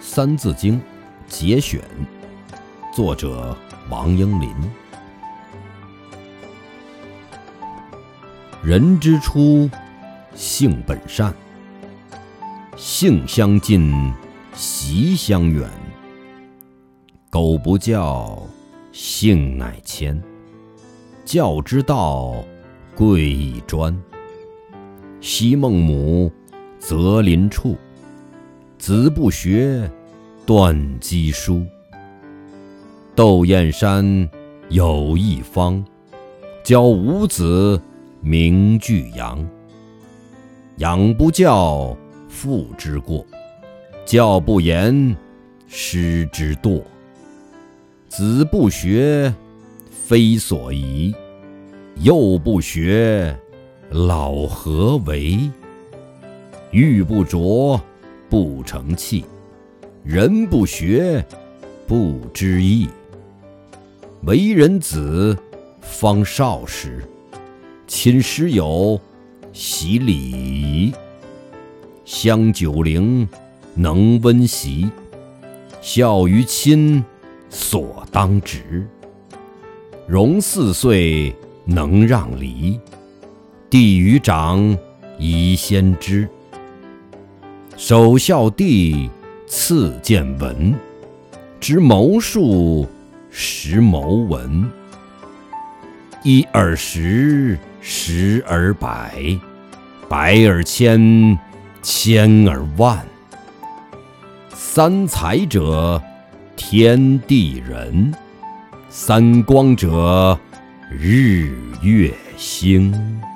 三字经节选，作者王英林。人之初，性本善，性相近，习相远。苟不教，性乃迁。教之道，贵以专。昔孟母，择邻处。子不学，断机杼。窦燕山，有一方。教五子，名俱扬。养不教，父之过；教不严，师之惰。子不学，非所宜；幼不学，老何为？玉不琢，不成器；人不学，不知义。为人子，方少时；亲师友，习礼仪。香九龄，能温席；孝于亲，所当执。融4岁，能让梨；弟于长，宜先知。首孝弟，次见闻；知谋术，识谋文。一而十，十而百；百而千，千而万。三才者，天地人；三光者，日月星。